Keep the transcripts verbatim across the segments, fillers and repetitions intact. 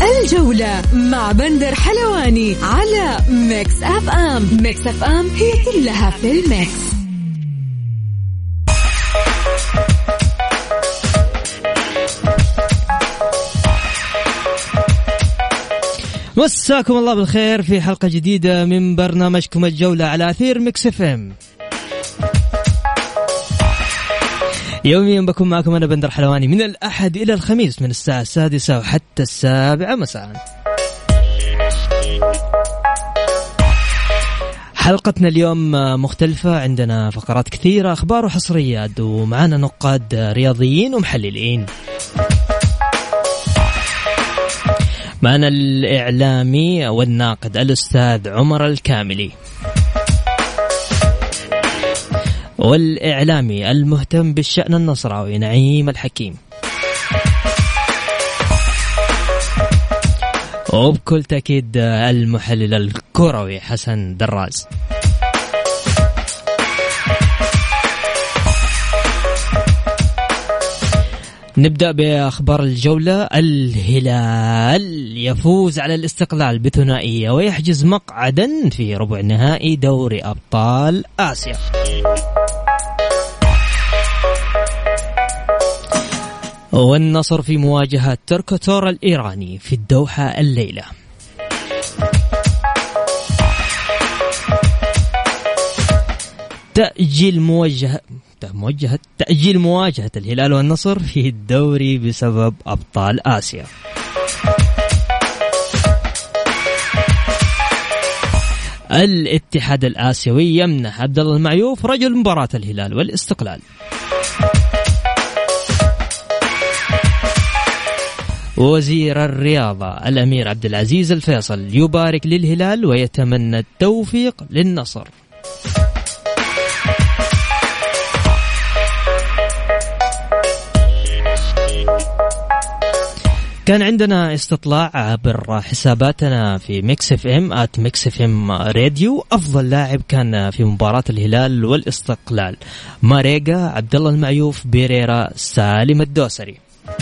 الجولة مع بندر حلواني على ميكس أف أم. ميكس أف أم هي كلها في الميكس. مساكم الله بالخير في حلقة جديدة من برنامجكم الجولة على أثير ميكس أف أم. يوميا بكون معكم أنا بندر حلواني من الأحد إلى الخميس من الساعة السادسة وحتى السابعة مساء. حلقتنا اليوم مختلفة، عندنا فقرات كثيرة، أخبار وحصريات، ومعنا نقاد رياضيين ومحللين. معنا الإعلامي والناقد الأستاذ عمر الكاملي، والإعلامي المهتم بالشأن النصراوي نعيم الحكيم، وبكل تأكيد المحلل الكروي حسن دراز. نبدأ بأخبار الجولة. الهلال يفوز على الاستقلال بثنائية ويحجز مقعدا في ربع نهائي دوري أبطال آسيا. والنصر في مواجهة تركتور الإيراني في الدوحة الليلة. تأجيل موجهة موجهة تأجيل مواجهة الهلال والنصر في الدوري بسبب أبطال آسيا. الاتحاد الآسيوي يمنح عبد الله المعيوف رجل مباراة الهلال والاستقلال. وزير الرياضة الأمير عبد العزيز الفيصل يبارك للهلال ويتمنى التوفيق للنصر. كان عندنا استطلاع عبر حساباتنا في ميكس اف ام ات ميكس اف ام راديو. افضل لاعب كان في مباراة الهلال والاستقلال: ماريجا، عبد الله المعيوف، بيريرا، سالم الدوسري.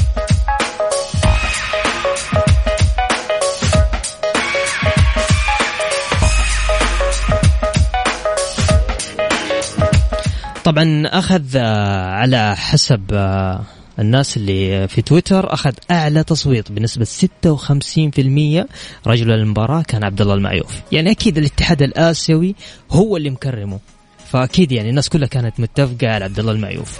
طبعا أخذ على حسب الناس اللي في تويتر أخذ أعلى تصويت بنسبة ستة وخمسين بالمئة رجل المباراة كان عبد الله المعيوف. يعني أكيد الاتحاد الآسيوي هو اللي مكرمه، فأكيد يعني الناس كلها كانت متفقة على عبد الله المعيوف.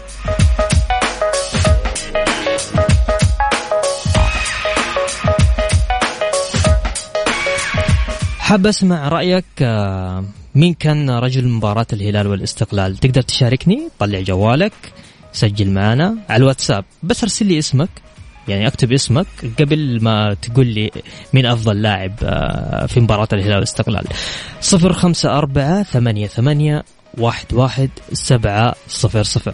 حاب أسمع رأيك، مين كان رجل مباراة الهلال والاستقلال؟ تقدر تشاركني، طلع جوالك، سجل معنا على الواتساب، بس ارسل لي اسمك، يعني اكتب اسمك قبل ما تقول لي مين أفضل لاعب في مباراة الهلال والاستقلال. صفر خمسة أربعة ثمانية ثمانية واحد واحد سبعة صفر صفر.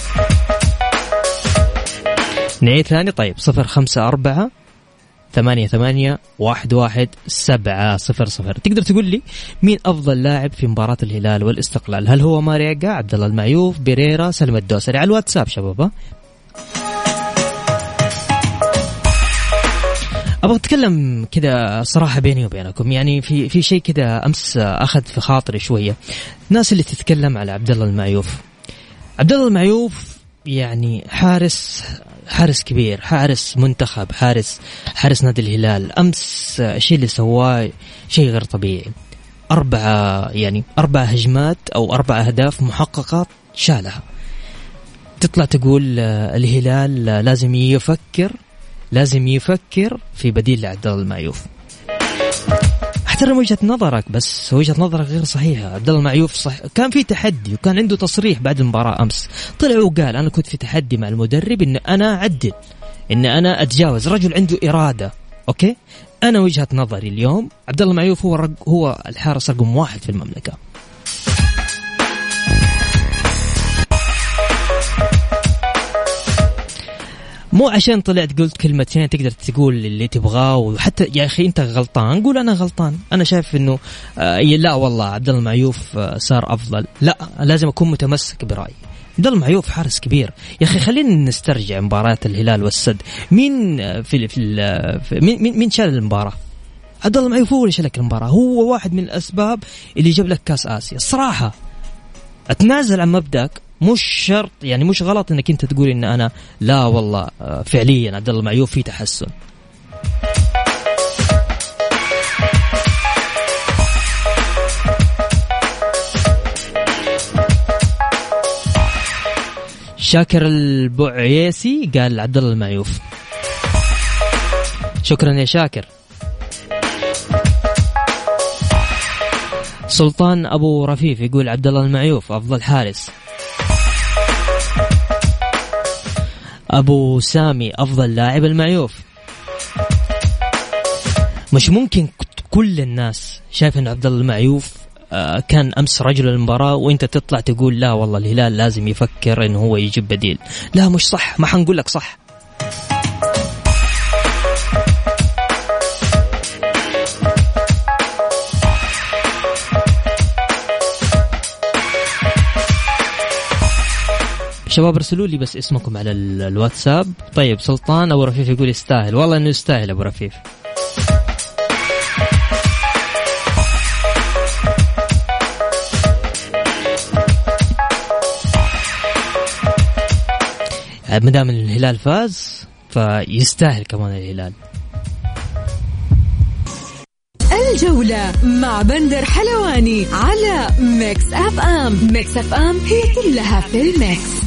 نعيد ثاني. طيب صفر خمسة أربعة ثمانية ثمانية واحد واحد سبعة صفر صفر. تقدر تقول لي مين أفضل لاعب في مباراة الهلال والاستقلال؟ هل هو ماريجا، عبد الله المعيوف، بيريرا، سالم الدوسري؟ على الواتساب شباب. أبغى أتكلم كذا صراحة بيني وبينكم، يعني في في شيء كذا أمس أخذ في خاطري شوية. الناس اللي تتكلم على عبد الله المعيوف. عبد الله المعيوف يعني حارس حارس كبير، حارس منتخب، حارس حارس نادي الهلال. أمس الشيء اللي سواه شيء غير طبيعي. أربعة يعني أربع هجمات أو أربع أهداف محققة شالها. تطلع تقول الهلال لازم يفكر لازم يفكر في بديل لعبد الله المعيوف. احترم وجهة نظرك، بس وجهة نظرك غير صحيحة. عبد الله المعيوف صح كان في تحدي، وكان عنده تصريح بعد المباراة أمس، طلع وقال أنا كنت في تحدي مع المدرب إن أنا أعدل، إن أنا أتجاوز. رجل عنده إرادة. أوكي، أنا وجهة نظري اليوم عبد الله المعيوف هو رق... هو الحارس رقم واحد في المملكة. مو عشان طلعت قلت كلمتين تقدر تقول اللي تبغاه، وحتى يا أخي أنت غلطان قول أنا غلطان. أنا شايف إنه آه لا والله عبد الله المعيوف آه صار أفضل. لا، لازم أكون متمسك برأيي. عبد الله المعيوف حارس كبير يا أخي. خلينا نسترجع مباراة الهلال والسد. مين في في, في مين مين شال المباراة؟ عبد الله المعيوف هو اللي شالك المباراة. هو واحد من الأسباب اللي جاب لك كأس آسيا. الصراحة أتنازل عن مبدأك، مش شرط يعني مش غلط إنك أنت تقول إن أنا لا والله فعليا عبد الله المعيوف في تحسن. شاكر البعيسي قال عبد الله المعيوف. شكرا يا شاكر. سلطان أبو رفيف يقول عبد الله المعيوف أفضل حارس. أبو سامي أفضل لاعب المعيوف. مش ممكن كل الناس شايف أن عبد الله المعيوف كان أمس رجل المباراة وإنت تطلع تقول لا والله الهلال لازم يفكر إنه هو يجيب بديل. لا مش صح، ما حنقول لك صح. شباب ارسلوا لي بس اسمكم على الواتساب. طيب سلطان أبو رفيف يقول يستاهل. والله إنه يستاهل أبو رفيف. مدام الهلال فاز فيستاهل كمان الهلال. الجولة مع بندر حلواني على ميكس أف أم. ميكس أف أم هي كلها في الميكس.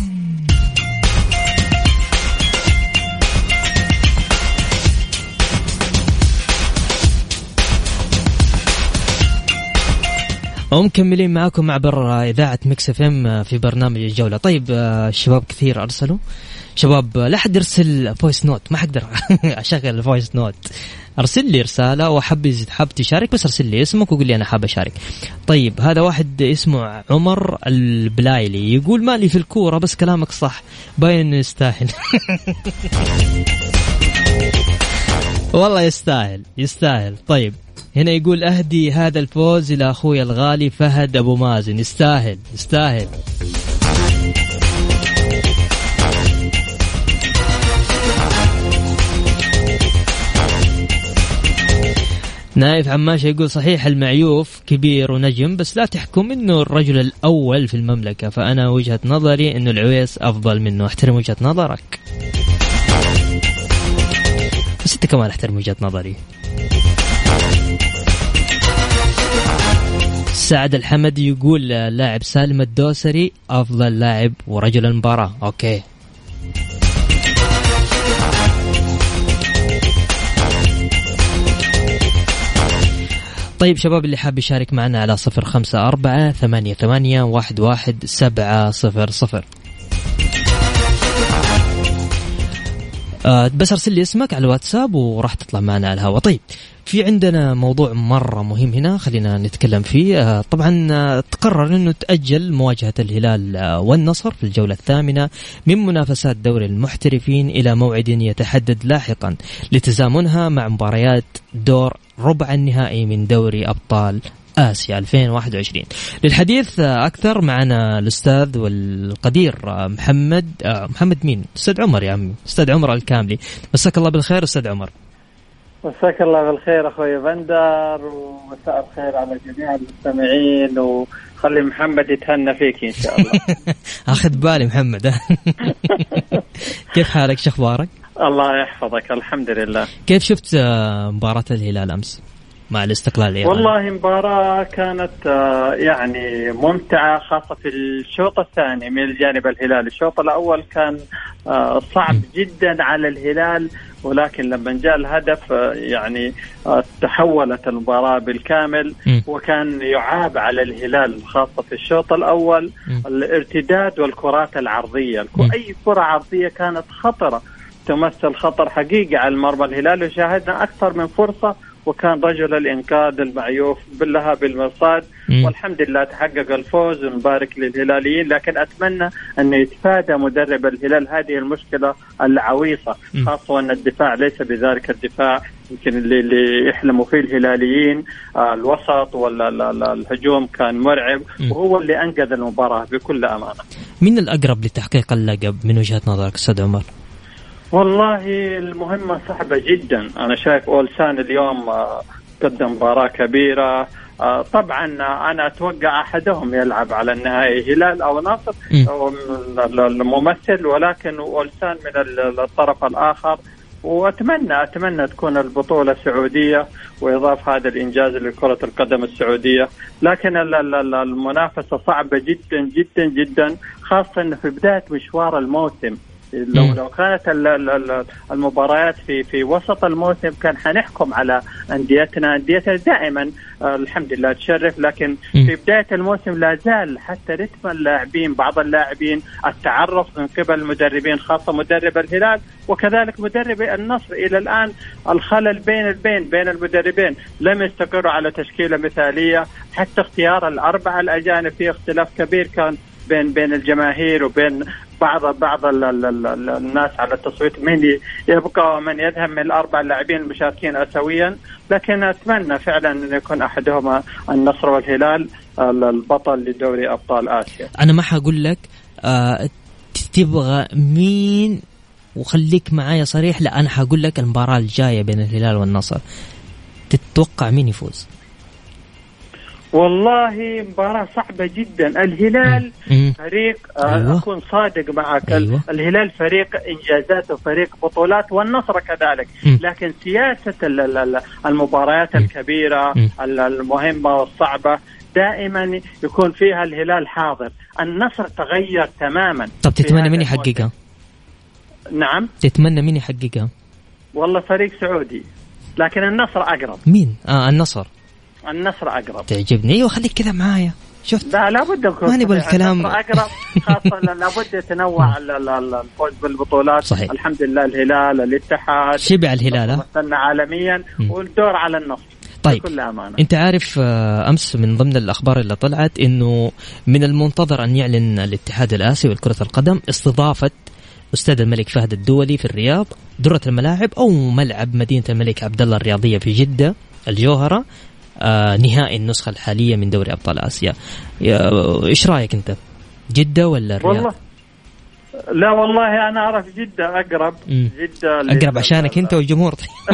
ومكملين معاكم عبر إذاعة ميكس اف ام في برنامج الجولة. طيب الشباب كثير أرسلوا. شباب لا حد يرسل فويس نوت، ما حقدر أشغل الفويس نوت. أرسل لي رسالة وحب يزيد حاب تشارك بس أرسل لي اسمك وقول لي أنا حاب أشارك. طيب هذا واحد اسمه عمر البلايلي يقول مالي في الكورة بس كلامك صح باين يستاهل. والله يستاهل يستاهل. طيب هنا يقول أهدي هذا الفوز إلى أخوي الغالي فهد أبو مازن. يستاهل يستاهل. نايف عماشة يقول صحيح المعيوف كبير ونجم بس لا تحكم إنه الرجل الأول في المملكة، فأنا وجهة نظري إنه العويس أفضل منه. احترم وجهة نظرك بس أنت كمان احترم وجهة نظري. سعد الحمد يقول لاعب سالم الدوسري أفضل لاعب ورجل المباراة. أوكي طيب شباب اللي حاب يشارك معنا على صفر خمسة أربعة ثمانية ثمانية واحد واحد سبعة صفر صفر. أه بس أرسل لي اسمك على الواتساب وراح تطلع معنا على الهواء. طيب في عندنا موضوع مرة مهم هنا خلينا نتكلم فيه. أه طبعا أه تقرر أنه تأجل مواجهة الهلال أه والنصر في الجولة الثامنة من منافسات دوري المحترفين إلى موعد يتحدد لاحقا لتزامنها مع مباريات دور ربع النهائي من دوري أبطال آسيا ألفين وواحد وعشرين. للحديث أكثر معنا الأستاذ والقدير محمد محمد مين أستاذ عمر يا عمي أستاذ عمر الكاملي. مساك الله بالخير أستاذ عمر. مساك الله بالخير أخوي بندر ومساء الخير على جميع المستمعين وخلي محمد يتهنى فيك إن شاء الله. أخذ بالي محمد. كيف حالك شو أخبارك؟ الله يحفظك الحمد لله. كيف شفت مباراة الهلال أمس مع الاستقلال الإيراني؟ والله مباراة كانت يعني ممتعة خاصة في الشوط الثاني من الجانب الهلال. الشوط الأول كان صعب جدا على الهلال ولكن لما جاء الهدف يعني تحولت المباراة بالكامل وكان يعاب على الهلال خاصة في الشوط الأول الارتداد والكرات العرضية. أي كرة عرضية كانت خطرة تمثل خطر حقيقي على المرمى الهلال وشاهدنا أكثر من فرصة وكان رجل الإنقاذ المعيوف باللها بالمرصاد والحمد لله تحقق الفوز ونبارك للهلاليين. لكن أتمنى أن يتفادى مدرب الهلال هذه المشكلة العويصة خاصة أن الدفاع ليس بذلك الدفاع يمكن اللي, اللي يحلموا فيه الهلاليين آه الوسط ولا لا لا الهجوم كان مرعب، وهو اللي أنقذ المباراة بكل أمانة. مين الأقرب لتحقيق اللقب من وجهة نظرك أستاذ عمر؟ والله المهمة صعبة جدا. أنا شايف أولسان اليوم آه قدم مباراة كبيرة. آه طبعا أنا أتوقع أحدهم يلعب على النهائي، هلال أو نصر أو الممثل، ولكن أولسان من الطرف الآخر. وأتمنى أتمنى تكون البطولة سعودية وإضاف هذا الإنجاز لكرة القدم السعودية، لكن المنافسة صعبة جدا جدا جدا، خاصة إنه في بداية مشوار الموسم. لو لو كانت المباريات في في وسط الموسم كان حنحكم على أنديتنا. أنديتنا دائما الحمد لله تشرف، لكن في بداية الموسم لا زال حتى رتم اللاعبين، بعض اللاعبين التعرف من قبل المدربين، خاصة مدرب الهلال وكذلك مدرب النصر، إلى الآن الخلل بين البين بين المدربين، لم يستقروا على تشكيلة مثالية. حتى اختيار الأربعة الأجانب فيه اختلاف كبير كان بين بين الجماهير وبين بعض بعض ال ال ال الناس على التصويت من يبقى ومن يذهب من الأربع لاعبين المشاركين أسويا. لكن أتمنى فعلا أن يكون أحدهما النصر والهلال البطل لدوري أبطال آسيا. أنا ما حقول لك أه تبغى مين وخليك معايا صريح، لا أنا حقول لك المباراة الجاية بين الهلال والنصر تتوقع مين يفوز؟ والله مباراة صعبة جدا. الهلال مم. فريق أيوة. أكون صادق معك، أيوة. الهلال فريق إنجازات وفريق بطولات، والنصر كذلك. مم. لكن سياسة المباريات مم. الكبيرة مم. المهمة والصعبة دائما يكون فيها الهلال حاضر. النصر تغير تماما. طب تتمنى مين يحققها؟ نعم تتمنى مين يحققها؟ والله فريق سعودي، لكن النصر أقرب. مين؟ آه النصر. النصر أقرب. تعجبني. أيوة خليك كذا معايا. شفت؟ لا لابد يكون ما نبغى الكلام أقرب، خاصة لابد يتنوع الفوز بالبطولات. صحيح. الحمد لله الهلال الاتحاد شبع الهلال مثلنا عالميا م. والدور على النصر. طيب أنت عارف أمس من ضمن الأخبار اللي طلعت إنه من المنتظر أن يعلن الاتحاد الآسيوي لكرة القدم استضافة أستاذ الملك فهد الدولي في الرياض درة الملاعب أو ملعب مدينة الملك عبدالله الرياضية في جدة الجوهرة آه نهائي النسخة الحالية من دوري أبطال آسيا. إيش رأيك أنت، جدة ولا الرياض؟ والله لا والله أنا أعرف جدة أقرب. م. جدة أقرب عشانك أنت والجمهور.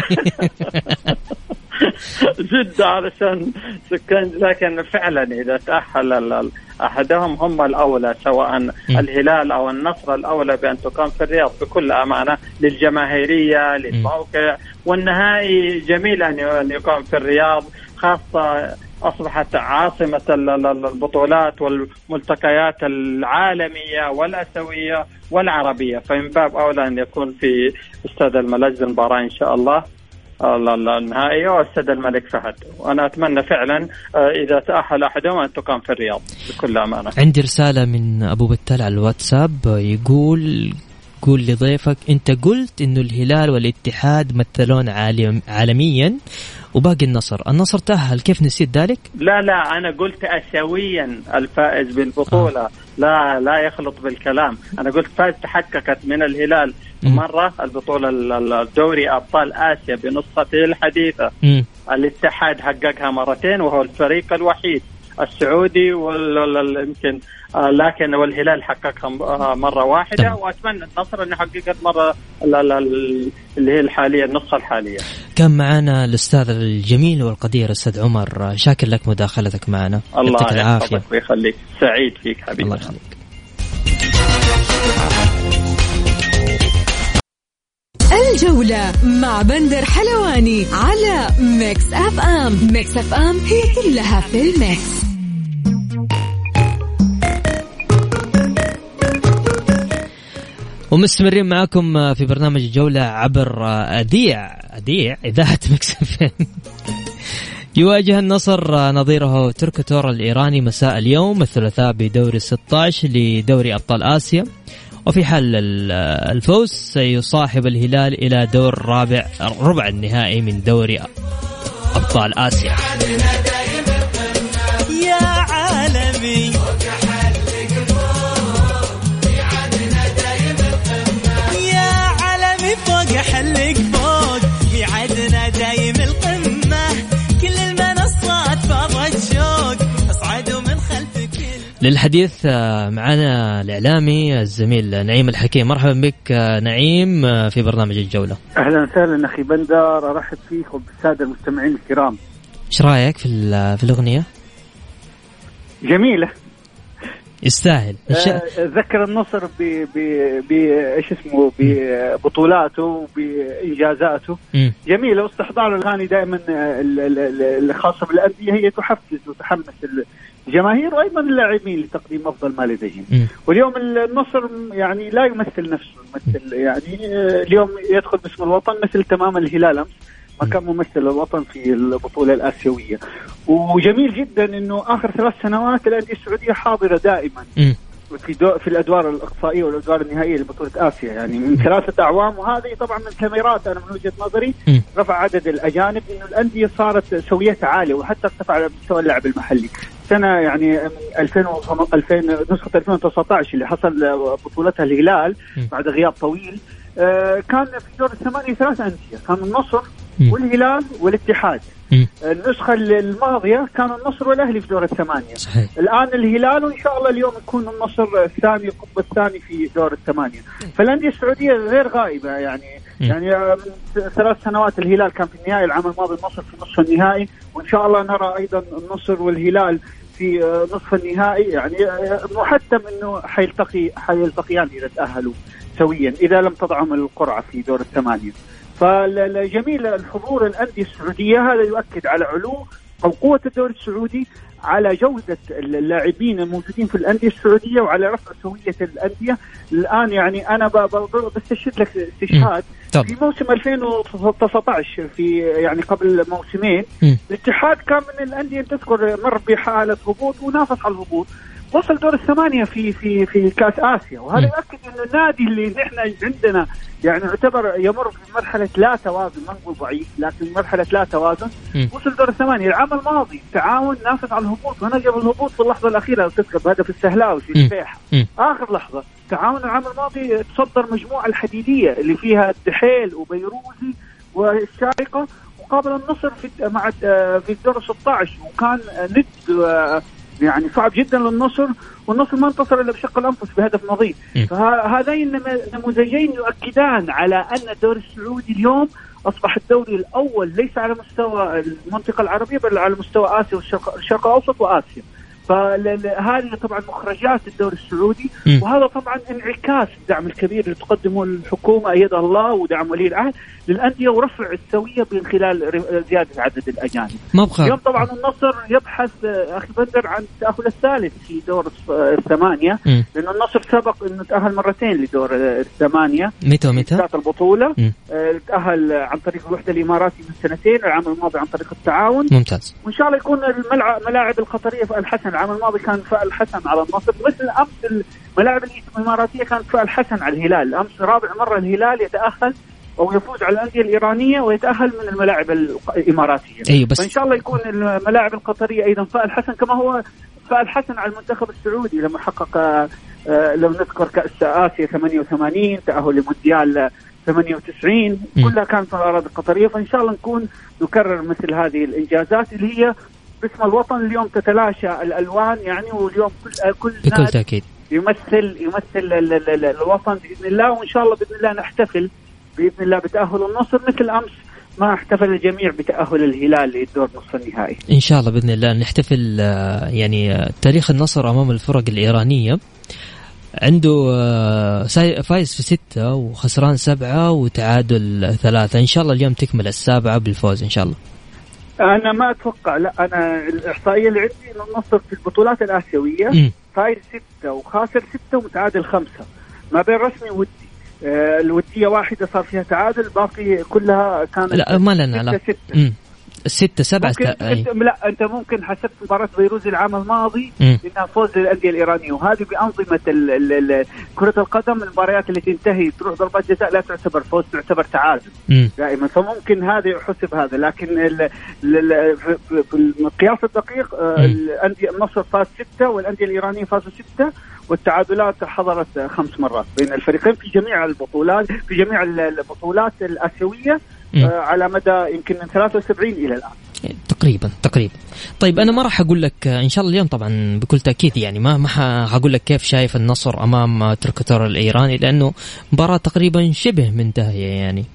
جدة علشان سكان، لكن فعلا إذا تأهل أحدهم هم الأولى، سواء م. الهلال أو النصر الأولى بأن تقام في الرياض بكل أمانة، للجماهيرية للموقع، والنهائي جميل أن يقام في الرياض، خاصة أصبحت عاصمة البطولات والملتقيات العالمية والأسيوية والعربية، فمن باب أولى أن يكون في استاد الملك المباراة إن شاء الله النهائية واستاد الملك فهد. وأنا أتمنى فعلا إذا تأهل أحدهم أن تقام في الرياض بكل أمانة. عندي رسالة من أبو بتال على الواتساب يقول قول لضيفك أنت قلت إنه الهلال والاتحاد مثلون عالم عالميا وباقي النصر النصر تأهل، كيف نسيت ذلك؟ لا لا أنا قلت أسيويا الفائز بالبطولة. آه. لا لا يخلط بالكلام. أنا قلت فاز تحققت من الهلال م. مرة البطولة الدوري أبطال آسيا بنسخته الحديثة. م. الاتحاد حققها مرتين وهو الفريق الوحيد السعودي يمكن، آه لكن والهلال حققها آه مرة واحدة. طبعا. وأتمنى النصر أن يحققها مرة اللي هي الحالية النسخة الحالية. كان معنا الأستاذ الجميل والقدير أستاذ عمر، شاكر لك مداخلتك معنا. الله يحفظك ويخليك، سعيد فيك حبيبي. الله يخليك. الجولة مع بندر حلواني على ميكس أف أم. ميكس أف أم هي كلها في الميكس. ومستمرين معكم في برنامج الجولة عبر أديع أديع إذاعة ميكس أف أم. يواجه النصر نظيره تركتور الإيراني مساء اليوم الثلاثاء بدوري ستة عشر لدوري أبطال آسيا، وفي حال الفوز سيصاحب الهلال إلى دور رابع ربع النهائي من دوري أبطال آسيا. يا عالمي يا عالمي فوق حلق فوق في عدنا للحديث معنا الإعلامي الزميل نعيم الحكيم. مرحبا بك نعيم في برنامج الجولة. أهلا وسهلا أخي بندر، أرحب فيك وبالسادة المستمعين الكرام. إيش رأيك في في الأغنية؟ جميلة، يستاهل. ذكر النصر ب ب ب ايش اسمه ببطولاته وبإنجازاته. جميلة، واستحضار الأغاني دائما الخاصة بالأندية هي تحفز وتحمس الجماهير وأيضا اللاعبين لتقديم أفضل ما لديهم. واليوم النصر يعني لا يمثل نفسه، يمثل يعني اليوم يدخل باسم الوطن مثل تماما الهلال أمس ما كان ممثل الوطن في البطولة الآسيوية. وجميل جدا إنه آخر ثلاث سنوات الأندية السعودية حاضرة دائما م. في دو في الأدوار الإقصائية والأدوار النهائية لبطولة آسيا، يعني من ثلاثة أعوام. وهذه طبعا من كاميرات أنا من وجهة نظري م. رفع عدد الأجانب، إنه الأندية صارت سويتها عالية وحتى ارتفع على مستوى اللعب المحلي. سنة يعني ألفين نسخة ألفين وتسعة عشر اللي حصل بطولتها الهلال م. بعد غياب طويل، آه كان في دور الثمانية ثلاث أندية، كان النصر والهلال والاتحاد. م. النسخة الماضية كان النصر والأهلي في دور الثمانية. صحيح. الآن الهلال، وإن شاء الله اليوم يكون النصر الثاني القطب الثاني في دور الثمانية. فالأندية السعودية غير غائبة يعني م. يعني من ثلاث سنوات الهلال كان في النهائي، العام الماضي النصر في نصف النهائي، وإن شاء الله نرى أيضا النصر والهلال في نصف النهائي. يعني محتم إنه حيلتقي حيلتقيان إذا تأهلوا سويا إذا لم تضعهم القرعة في دور الثمانية. فالجميل الحضور الأندية السعودية هذا يؤكد على علو أو قوة الدوري السعودي، على جودة اللاعبين الموجودين في الأندية السعودية، وعلى رفع سوية الأندية. الآن يعني أنا بستشهد لك استشهاد في موسم ألفين وتسعة عشر، في يعني قبل موسمين الاتحاد كان من الأندية تذكر مر بحالة هبوط ونافس على الهبوط، وصل دور الثمانية في في في كأس آسيا. وهذا يؤكد إنه النادي اللي نحن عندنا يعني يعتبر يمر في مرحلة لا توازن، ما نقول ضعيف لكن مرحلة لا توازن، وصل دور الثمانية. العام الماضي تعاون نافس على الهبوط ونجب الهبوط في اللحظة الأخيرة، تذكر بهدف السهلاوي في الفيحة آخر لحظة. تعاون العام الماضي تصدر مجموعة الحديدية اللي فيها الدحيل وبيروزي والشارقة، وقابل النصر في مع في الدور ستة عشر، وكان ند يعني صعب جدا للنصر، والنصر ما انتصر إلا بشق الأنفس بهدف نظيف. فهذين النموذجين يؤكدان على أن الدوري السعودي اليوم أصبح الدوري الأول ليس على مستوى المنطقة العربية بل على مستوى آسيا والشرق الأوسط وآسيا. فهذه طبعا مخرجات الدوري السعودي، وهذا طبعا انعكاس الدعم الكبير اللي تقدمه الحكومة أيد الله ودعم ولي العهد للأندية ورفع السوية من خلال زيادة عدد الأجانب. اليوم طبعا النصر يبحث أخي بندر عن التأهل الثالث في دور الثمانية، لأن النصر سبق أنه تأهل مرتين لدور الثمانية. متى متى؟ ذات البطولة تأهل عن طريق الوحدة الإماراتي من سنتين، العام الماضي عن طريق التعاون. ممتاز. وإن شاء الله يكون الملاعب القطرية في الحسن. العام الماضي كان فاء الحسن على النصر، مثل أمس الملاعب الإماراتية كانت فاء الحسن على الهلال. أمس رابع مرة الهلال يتأهل أو يفوز على الأندية الإيرانية ويتأهل من الملاعب الإماراتية. أيوة، بس فإن شاء الله يكون الملاعب القطرية أيضا فاء الحسن، كما هو فاء الحسن على المنتخب السعودي لما حقق آه لو نذكر كأس آسيا ثمانية وثمانين، تأهل لمونديال ثمانية وتسعين، كلها كانت في الأراضي القطرية. فإن شاء الله نكون نكرر مثل هذه الإنجازات اللي هي باسم الوطن. اليوم تتلاشى الألوان يعني، واليوم كل كل بكل تأكيد يمثل يمثل الوطن بإذن الله. وإن شاء الله بإذن الله نحتفل بإذن الله بتأهل النصر مثل أمس ما احتفل الجميع بتأهل الهلال للدور نصف النهائي. إن شاء الله بإذن الله نحتفل. يعني تاريخ النصر أمام الفرق الإيرانية عنده فايز في ستة وخسران سبعة وتعادل ثلاثة. إن شاء الله اليوم تكمل السابعة بالفوز إن شاء الله. أنا ما أتوقع، لا أنا الإحصائية اللي عندي إنه النصر في البطولات الآسيوية م. فايز ستة وخاسر ستة ومتعادل خمسة، ما بين رسمي ودي. آه الودية واحدة صار فيها تعادل، باقي كلها كانت لا ما لنا لا ستة ستة سبعة ست... لا أنت ممكن حسبت مباراة بيروزي العام الماضي م. إنها فوز للأندية الإيرانية، وهذه بأنظمة ال... ال... ال... كرة القدم المباريات اللي تنتهي تروح ضربات جزاء لا تعتبر فوز، تعتبر تعادل دائما. فممكن هذا يحسب هذا، لكن ال... ال... في المقياس الدقيق الأندية النصر فاز ستة والأندية الإيرانية فازوا ستة، والتعادلات حضرت خمس مرات بين الفريقين في جميع البطولات في جميع البطولات الآسيوية آه على مدى يمكن من ثلاثة وسبعين إلى الآن. تقريبا تقريبا. طيب أنا ما راح أقول لك إن شاء الله اليوم طبعا بكل تأكيد، يعني ما ما هقول لك كيف شايف النصر أمام تركتور الإيراني، لأنه مباراة تقريبا شبه منتهية يعني.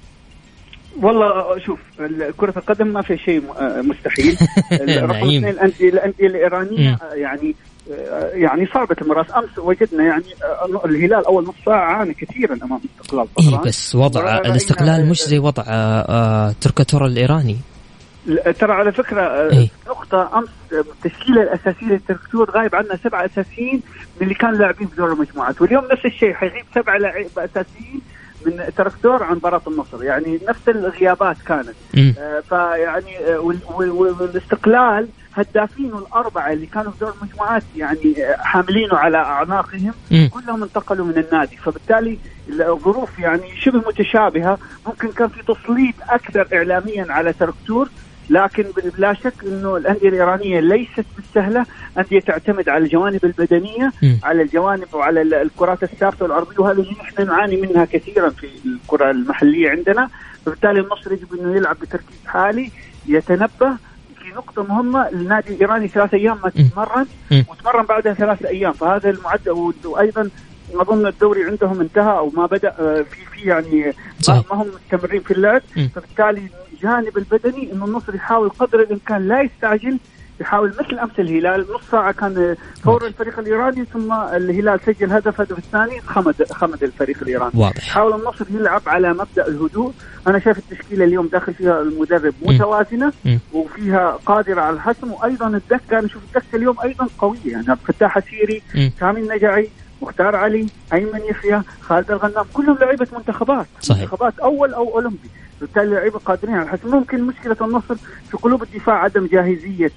والله شوف، كرة القدم ما في شيء مستحيل. رقم اثنين الأندية الأندية الإيرانية يعني يعني صعبة المراس. أمس وجدنا يعني الهلال أول نص ساعة عانى كثيرا أمام استقلال طهران. إيه بس وضع الاستقلال مش زي وضع تركتور الإيراني. ترى على فكرة إيه؟ نقطة، أمس التشكيلة الأساسية للتركتور غايب عنا سبعة أساسيين من اللي كانوا لاعبين في دور المجموعات، واليوم نفس الشيء حيغيب سبعة لاعبين أساسيين من تركتور عن مباراة النصر، يعني نفس الغيابات كانت. آه فيعني آه والاستقلال هدافين الأربعة اللي كانوا في دور المجموعات يعني حاملينه على أعناقهم م. كلهم انتقلوا من النادي، فبالتالي الظروف يعني شبه متشابهة. ممكن كان في تسليط أكثر إعلاميا على تركتور، لكن بلا شك انه الانديه الايرانيه ليست بالسهله، انديه تعتمد على الجوانب البدنيه م. على الجوانب وعلى الكرات الثابته والعرضيه، وهذا اللي نحن نعاني منها كثيرا في الكره المحليه عندنا. فبالتالي النصر يجب انه يلعب بتركيز عالي، يتنبه في نقطه مهمه. النادي الايراني ثلاث ايام ما تتمرن وتمرن بعدها ثلاث ايام، فهذا المعدل. وايضا اظن الدوري عندهم انتهى او ما بدا في في يعني صحيح. ما هم مستمرين في اللعب م. فبالتالي الجانب البدني انه النصر يحاول قدر الامكان لا يستعجل، يحاول مثل امس الهلال نص ساعه كان فور الفريق الايراني، ثم الهلال سجل هدف هدف الثاني خمد خمد الفريق الايراني. واضح. حاول النصر يلعب على مبدا الهدوء. انا شايف التشكيله اليوم داخل فيها المدرب متوازنه م. وفيها قادره على الحسم، وايضا الدكه انا شوف الدكه اليوم ايضا قويه، يعني فتاح السيري، سامي النجعي، مختار علي، أيمن يحيى، خالد الغنام، كلهم لعيبة منتخبات صحيح. منتخبات أول أو أولمبي، بالتالي لعيبة قادرين على الحسم. ممكن مشكلة النصر في قلوب الدفاع عدم جاهزية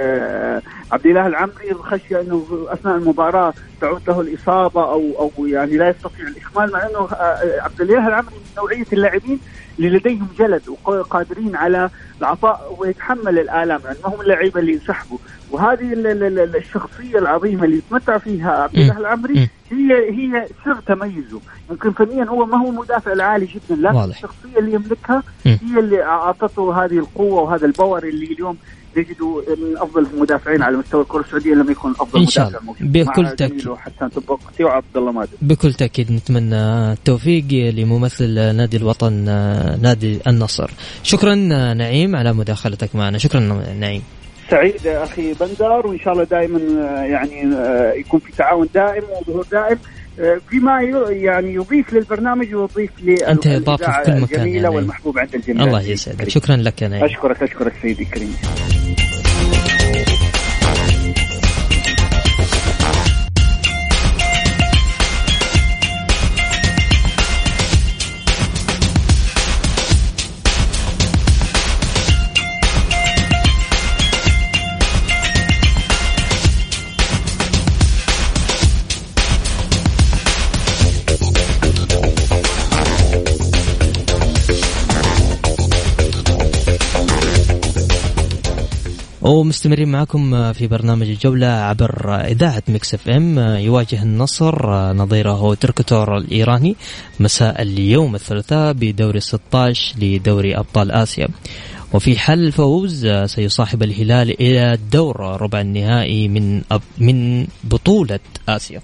عبد الله العمري، الخشية أنه أثناء المباراة تعود له الإصابة أو أو يعني لا يستطيع الإكمال، مع أنه عبد الله العمري من نوعية اللاعبين اللي لديهم جلد وقادرين على العطاء ويتحمل الآلام، يعني ما هم اللعيبة اللي ينسحبوا. وهذه الشخصية العظيمة اللي يتمتع فيها عبد الله العمري هي هي سر تميزه. يمكن فنيا هو ما هو مدافع العالي جدا، لكن واضح. الشخصية اللي يملكها هي اللي أعطته هذه القوة وهذا الباور اللي اليوم نجده من أفضل المدافعين على مستوى الكرة السعودية، لم يكن أفضل مدافع بكل تأكيد. حسان تبقتي وعبد الله ماجد. بكل تأكيد نتمنى التوفيق لممثل نادي الوطن نادي النصر. شكرا نعيم على مداخلتك معنا. شكرا نعيم. سعيد أخي بندر، وإن شاء الله دائما يعني يكون في تعاون دائم وظهور دائم فيما يعني يضيف للبرنامج ويضيف للإذاعة الجميلة يعني. والمحبوب عند الجميع. الله يسعدك. شكرا لك يا نعيم. أشكرك أشكرك سيدي الكريم. ومستمرين معكم في برنامج الجولة عبر إذاعة ميكس اف ام. يواجه النصر نظيره تركتور الإيراني مساء اليوم الثلاثاء بدوري ستة عشر لدوري أبطال آسيا، وفي حال فوز سيصاحب الهلال إلى الدور ربع النهائي من من بطولة آسيا.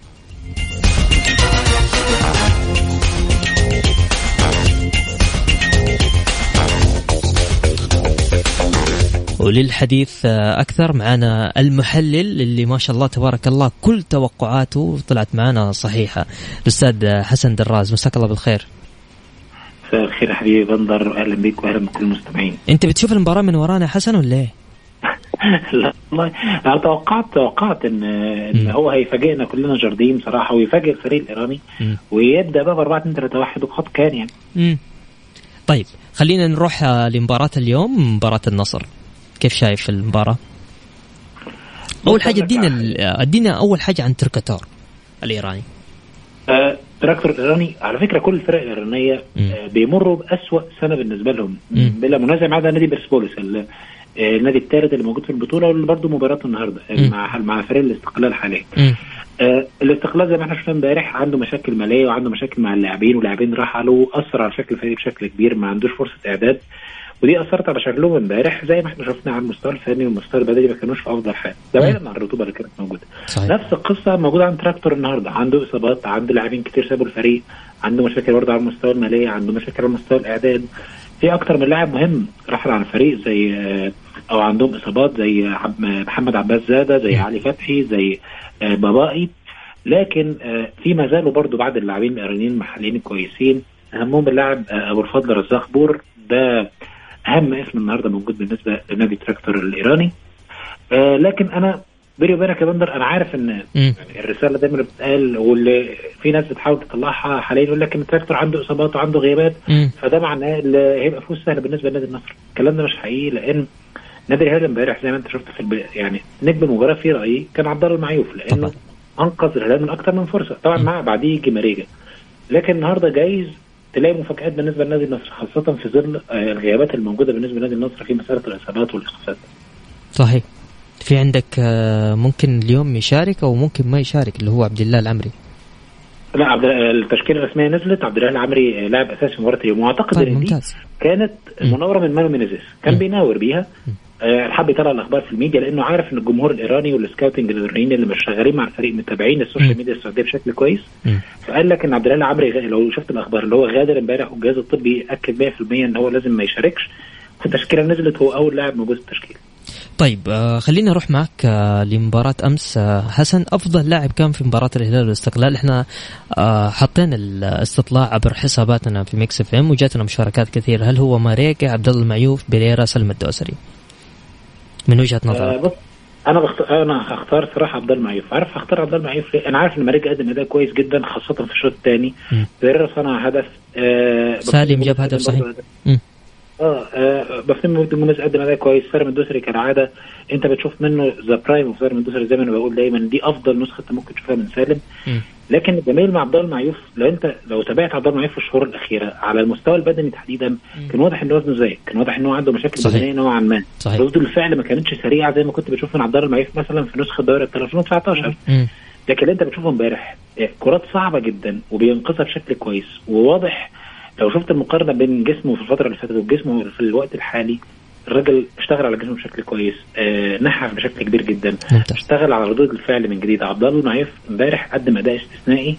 وللحديث أكثر معنا المحلل اللي ما شاء الله تبارك الله كل توقعاته طلعت معنا صحيحة، الأستاذ حسن دراز. مساك الله بالخير. مساء الخير يا حبيبي بندر، أهلا بك وأهلا بكل المستمعين. أنت بتشوف المباراة من ورانا حسن ولا إيه؟ لا والله أنا توقعت توقعت إن إن هو هيفاجئنا كلنا جاردين صراحة، ويفاجئ الفريق الإيراني م. ويبدأ بقى بأربعة اتنين تلاتة واحد وقد كان يعني. م. طيب خلينا نروح لمباراة اليوم، مباراة النصر. كيف شايف المباراة؟ أول حاجة ادينا ادينا أول حاجة عن تركتور الإيراني. آه، تركتور الإيراني على فكرة كل الفرق الإيرانية آه، بيمروا بأسوأ سنة بالنسبة لهم بلا منازع، ما عدا نادي بيرسبوليس النادي الثالث اللي موجود في البطولة، واللي برضه مباراته النهاردة مع مع فريق الاستقلال حاليا. آه، الاستقلال زي ما احنا شفنا امبارح عنده مشاكل مالية وعنده مشاكل مع اللاعبين، واللاعبين راح له أثر على شكل الفريق بشكل كبير، ما عندوش فرصة إعداد. ودي اثرت على شكلهم امبارح زي ما احنا شفنا على المستوى الفني والمستوى البدني ما كانوش في افضل حال، ده بعيدا عن الرطوبه اللي كانت موجوده. صحيح. نفس القصه موجوده عند تراكتور النهارده، عنده اصابات، عنده لاعبين كتير سابوا الفريق، عنده مشاكل برضه على المستوى المالي، عنده مشاكل على مستوى الاعداد، في اكتر من لاعب مهم رحل عن الفريق زي او عندهم اصابات زي محمد عباس زاده، زي علي فتحي، زي بابائي، لكن في ما زالوا برضه بعض اللاعبين الايرانيين المحليين الكويسين، اهمهم اللاعب ابو الفضل رزاق بور، ده اهم اسم النهارده موجود بالنسبه لنادي تراكتور الايراني. آه لكن انا بيني وبينك يا بندر انا عارف ان يعني الرساله دايما بتتقال واللي في ناس بتحاول تطلعها حاليا يقول لك ان تراكتور عنده اصابات وعنده غيابات، فده معناه هيبقى فوز سهل بالنسبه لنادي النصر. الكلام ده مش حقيقي، لان نادي الهلال امبارح زي ما انت شفت في الب... يعني نجم المباراه في رايي كان عبد الله المعيوف، لانه انقذ الهلال من اكتر من فرصه، طبعا مع بعديه جماريجا، لكن النهارده جايز تلاقي مفاجآت بالنسبه لنادي النصر، خاصه في ظل الغيابات الموجوده بالنسبه لنادي النصر في مساله الاصابات والاخفاقات. صحيح. في عندك ممكن اليوم يشارك او ممكن ما يشارك اللي هو عبد الله العمري. لا عبد التشكيله الرسميه نزلت، عبد الله العمري لاعب اساسي في مباراه اليوم، واعتقد طيب ان دي كانت مناوره من مانو مينيزيس، كان م. بيناور بيها، أه حب يطلع الاخبار في الميديا لانه عارف ان الجمهور الايراني والسكاوتنج الايرانيين اللي مش شغالين مع الفريق متابعين السوشيال ميديا السعوديه بشكل كويس، م. فقال لك ان عبد الله العمري لو شفت الاخبار اللي هو غادر امبارح والجهاز الطبي اكد مية في المية ان هو لازم ما يشاركش، التشكيله نزلت، هو اول لاعب موجود في التشكيله. طيب آه خلينا نروح معك آه لمباراة أمس. آه حسن، أفضل لاعب كان في مباراة الهلال والاستقلال، إحنا آه حطينا الاستطلاع عبر حساباتنا في ميكس اف ام وجاتنا مشاركات كثير، هل هو ماريكا، عبد الله المعيوف، بيريرا، سلم الدوسري؟ من وجهة نظرك؟ آه بص أنا بختار أنا هختار صراحة عبد الله المعيوف. عارف هختار عبد الله المعيوف ليه؟ أنا عارف إن ماريكا قدم أداء كويس جدا خاصة في الشوط الثاني، بيريرا صنع هدف، آه سالم جاب هدف صحيح. اه, آه بفتم الجمهور قدم اداء كويس، سالم الدوسري كالعاده انت بتشوف منه ذا برايم اوف سالم الدوسري زي ما انا بقول دايما، دي افضل نسخه انت ممكن تشوفها من سالم. م. لكن الجميل مع عبد الله المعيوف لو انت لو تابعت عبد الله المعيوف في الشهور الاخيره على المستوى البدني تحديدا، م. كان واضح ان وزنه زايد، كان واضح انه عنده مشاكل بدنيه نوعا ما، ردود الفعل ما كانتش سريعه زي ما كنت بشوف من عبد الله المعيوف مثلا في نسخه دوري ألفين وتسعتاشر. م. لكن انت بتشوفه امبارح كرات صعبه جدا وبينقذها بشكل كويس، وواضح لو شفت المقارنة بين جسمه في الفترة اللي فاتت وجسمه في الوقت الحالي، الراجل اشتغل على جسمه بشكل كويس، آه نحف بشكل كبير جدا، ممتاز. اشتغل على ردود الفعل من جديد. عبد الله المعيوف امبارح قدم اداء استثنائي،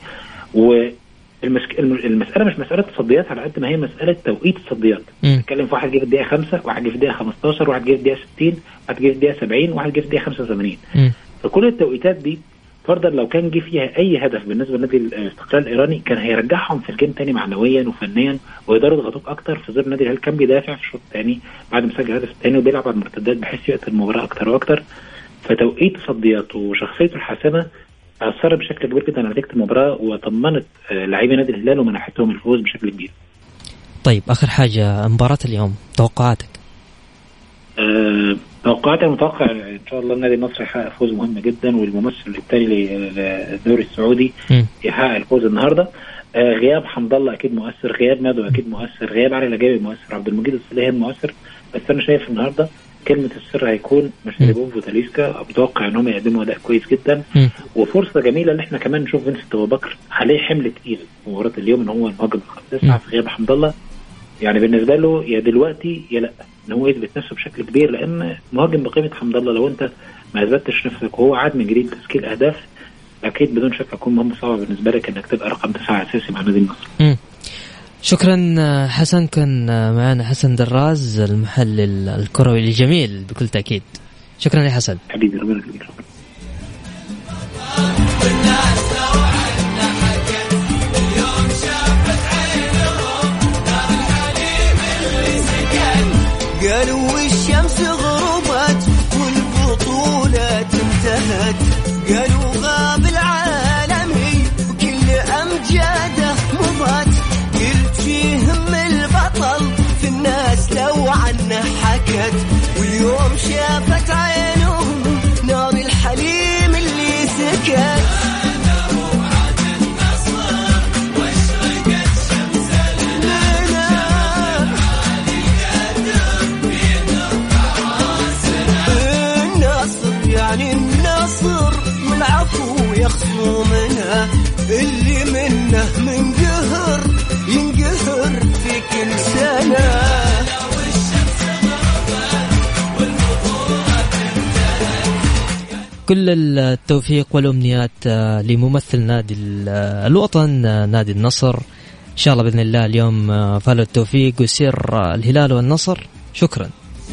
والمسألة مش مسألة تصديات على قد ما هي مسألة توقيت التصديات. نتكلم في واحد جه في الدقيقة خمسة، واحد جه في الدقيقة خمستاشر، واحد جه في الدقيقة ستين، واحد جه في الدقيقة سبعين، واحد جه في الدقيقة خمسة وثمانين. فكل التوقيتات دي فرضا لو كان جه فيها اي هدف بالنسبه لنادي الاستقلال الايراني كان هيرجعهم في الجيم تاني معنويا وفنيا ويقدروا يضغطوك اكتر، في ظل نادي الهلال كان بيدافع في الشوط الثاني بعد ما سجل الهدف الثاني وبيلعب على المرتدات بحيث يقتل المباراه اكتر واكتر. فتوقيت تصدياته وشخصيته الحاسمه اثر بشكل كبير جدا على نتيجه المباراه وطمنت لاعبي نادي الهلال ومنحتهم الفوز بشكل كبير. طيب اخر حاجه، مباراه اليوم توقعاتك؟ أه توقعاتي متوقع ان شاء الله النادي النصر يحقق فوز مهم جدا، والممثل التالي للدوري السعودي يحقق الفوز النهارده. آه غياب حمد الله اكيد مؤثر، غياب نادو اكيد مؤثر، غياب علي لجابي مؤثر، عبد المجيد الصليحي مؤثر، بس انا شايف النهارده كلمه السر هيكون مشاريبون وتاليسكا، متوقع انهم يقدموا اداء كويس جدا، م. وفرصه جميله ان احنا كمان نشوف فينسنت ابو بكر عليه حمل تقيل في مباراه اليوم ان هو المهاجم التاسع في غياب حمد الله، يعني بالنسبه له يا دلوقتي يا لا ان هو يثبت نفسه بشكل كبير، لان مهاجم بقيمه حمد الله لو انت ما اثبتش نفسك وهو عاد من جديد تسجيل اهداف اكيد بدون شك هتكون مهمه صعبه بالنسبه لك انك تبقى رقم تسعة اساسي مع نادي النصر. شكرا حسن، كان معنا حسن دراز المحلل الكروي الجميل بكل تاكيد. شكرا يا حسن حبيبي، ربنا يخليك. قالوا الشمس غربت والبطولة انتهت، قالوا غاب العالمي وكل أمجاده مضت، قلت فيهم البطل في الناس لو عنه حكت، واليوم شافت عينهم نار الحليم اللي سكت. يخصو منها اللي منه من قهر ينقهر في كل سنة. كل التوفيق والأمنيات لممثل نادي الوطن نادي النصر. إن شاء الله بإذن الله اليوم فالو التوفيق ويصير الهلال والنصر. شكرا.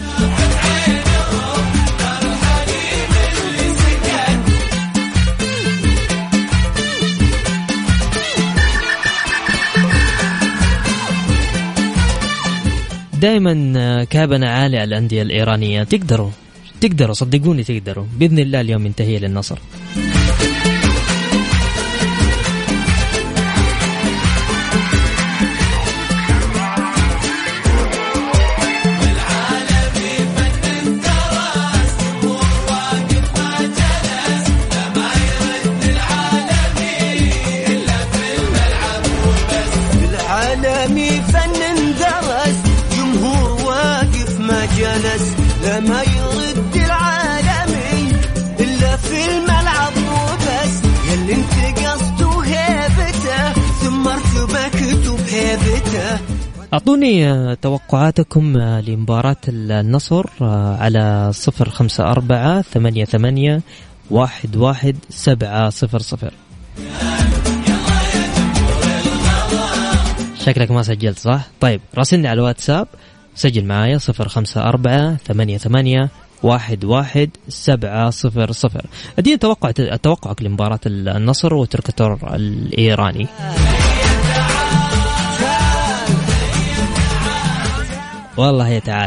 دائما كابنا عالي على الأندية الإيرانية. تقدروا تقدروا صدقوني تقدروا بإذن الله اليوم ينتهي للنصر. لما يرد العالمي إلا في الملعب وبس. يلي انت قصده هيبته ثم ارتبكته بهيبته. أعطوني توقعاتكم لمباراة النصر على صفر خمسة أربعة ثمانية ثمانية واحد واحد سبعة صفر صفر. شكلك ما سجلت صح؟ طيب راسلني على الواتساب، سجل معايا صفر خمسة أربعة ثمانية ثمانية واحد واحد سبعة صفر صفر. أدينا توقع توقعك لمباراة النصر وتركتور الإيراني. والله يا تعال.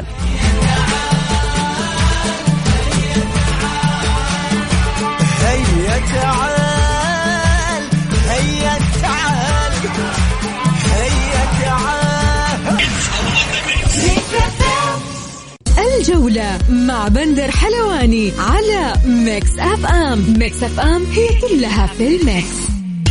هيا تعال هيا تعال هيا تعال. الجولة مع بندر حلواني على ميكس أف أم. ميكس أف أم هي كلها في الميكس.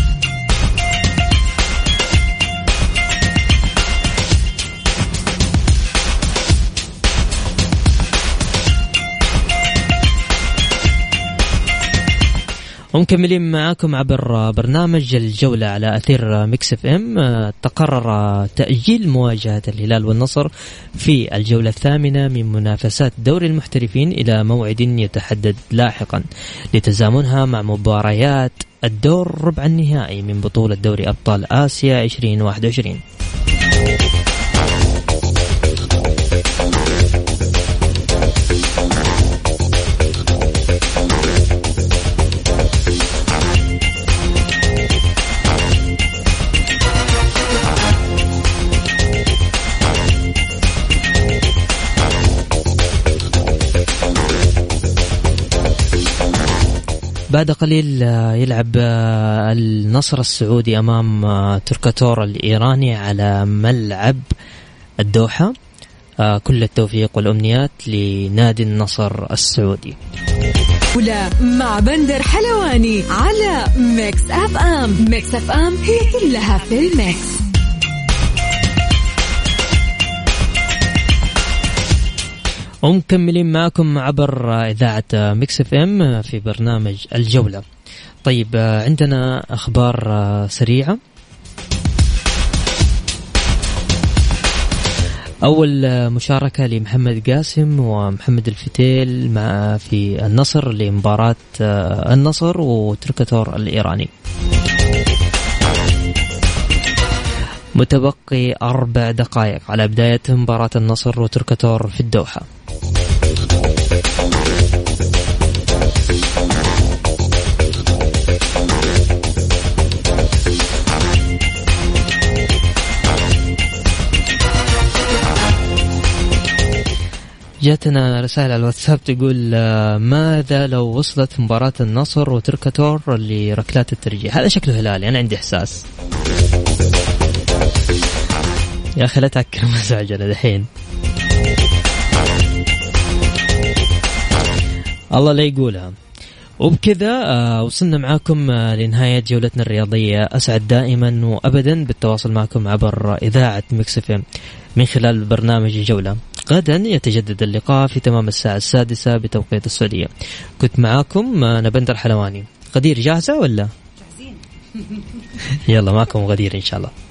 ومكملين معاكم عبر برنامج الجولة على أثير ميكس اف ام. تقرر تأجيل مواجهة الهلال والنصر في الجولة الثامنة من منافسات دوري المحترفين إلى موعد يتحدد لاحقا لتزامنها مع مباريات الدور ربع النهائي من بطولة دوري أبطال آسيا عشرين واحد وعشرين. بعد قليل يلعب النصر السعودي أمام تركتور الإيراني على ملعب الدوحة. كل التوفيق والأمنيات لنادي النصر السعودي. ولا مع بندر حلواني على ميكس أف أم. ميكس أف أم هي كلها في الميكس. ومكملين معكم عبر إذاعة ميكس اف ام في برنامج الجولة. طيب عندنا أخبار سريعة. أول مشاركة لمحمد قاسم ومحمد الفتيل مع في النصر لمباراة النصر وتركتور الإيراني. متبقي أربع دقائق على بداية مباراة النصر وتركتور في الدوحة. جاتنا رسائل على الواتساب تقول ماذا لو وصلت مباراة النصر وتركتور لركلات الترجيح؟ هذا شكله هلالي، أنا عندي إحساس. يا أخي لا تعكر مزعجنا دحين. الله لا يقولها. وبكذا وصلنا معاكم لنهاية جولتنا الرياضية. أسعد دائما وأبدا بالتواصل معكم عبر إذاعة ميكس اف ام من خلال برنامج الجولة. غدا يتجدد اللقاء في تمام الساعة السادسة بتوقيت السعودية. كنت معاكم أنا بندر حلواني. غدير جاهزة ولا؟ جاهزين. يلا معكم غدير إن شاء الله.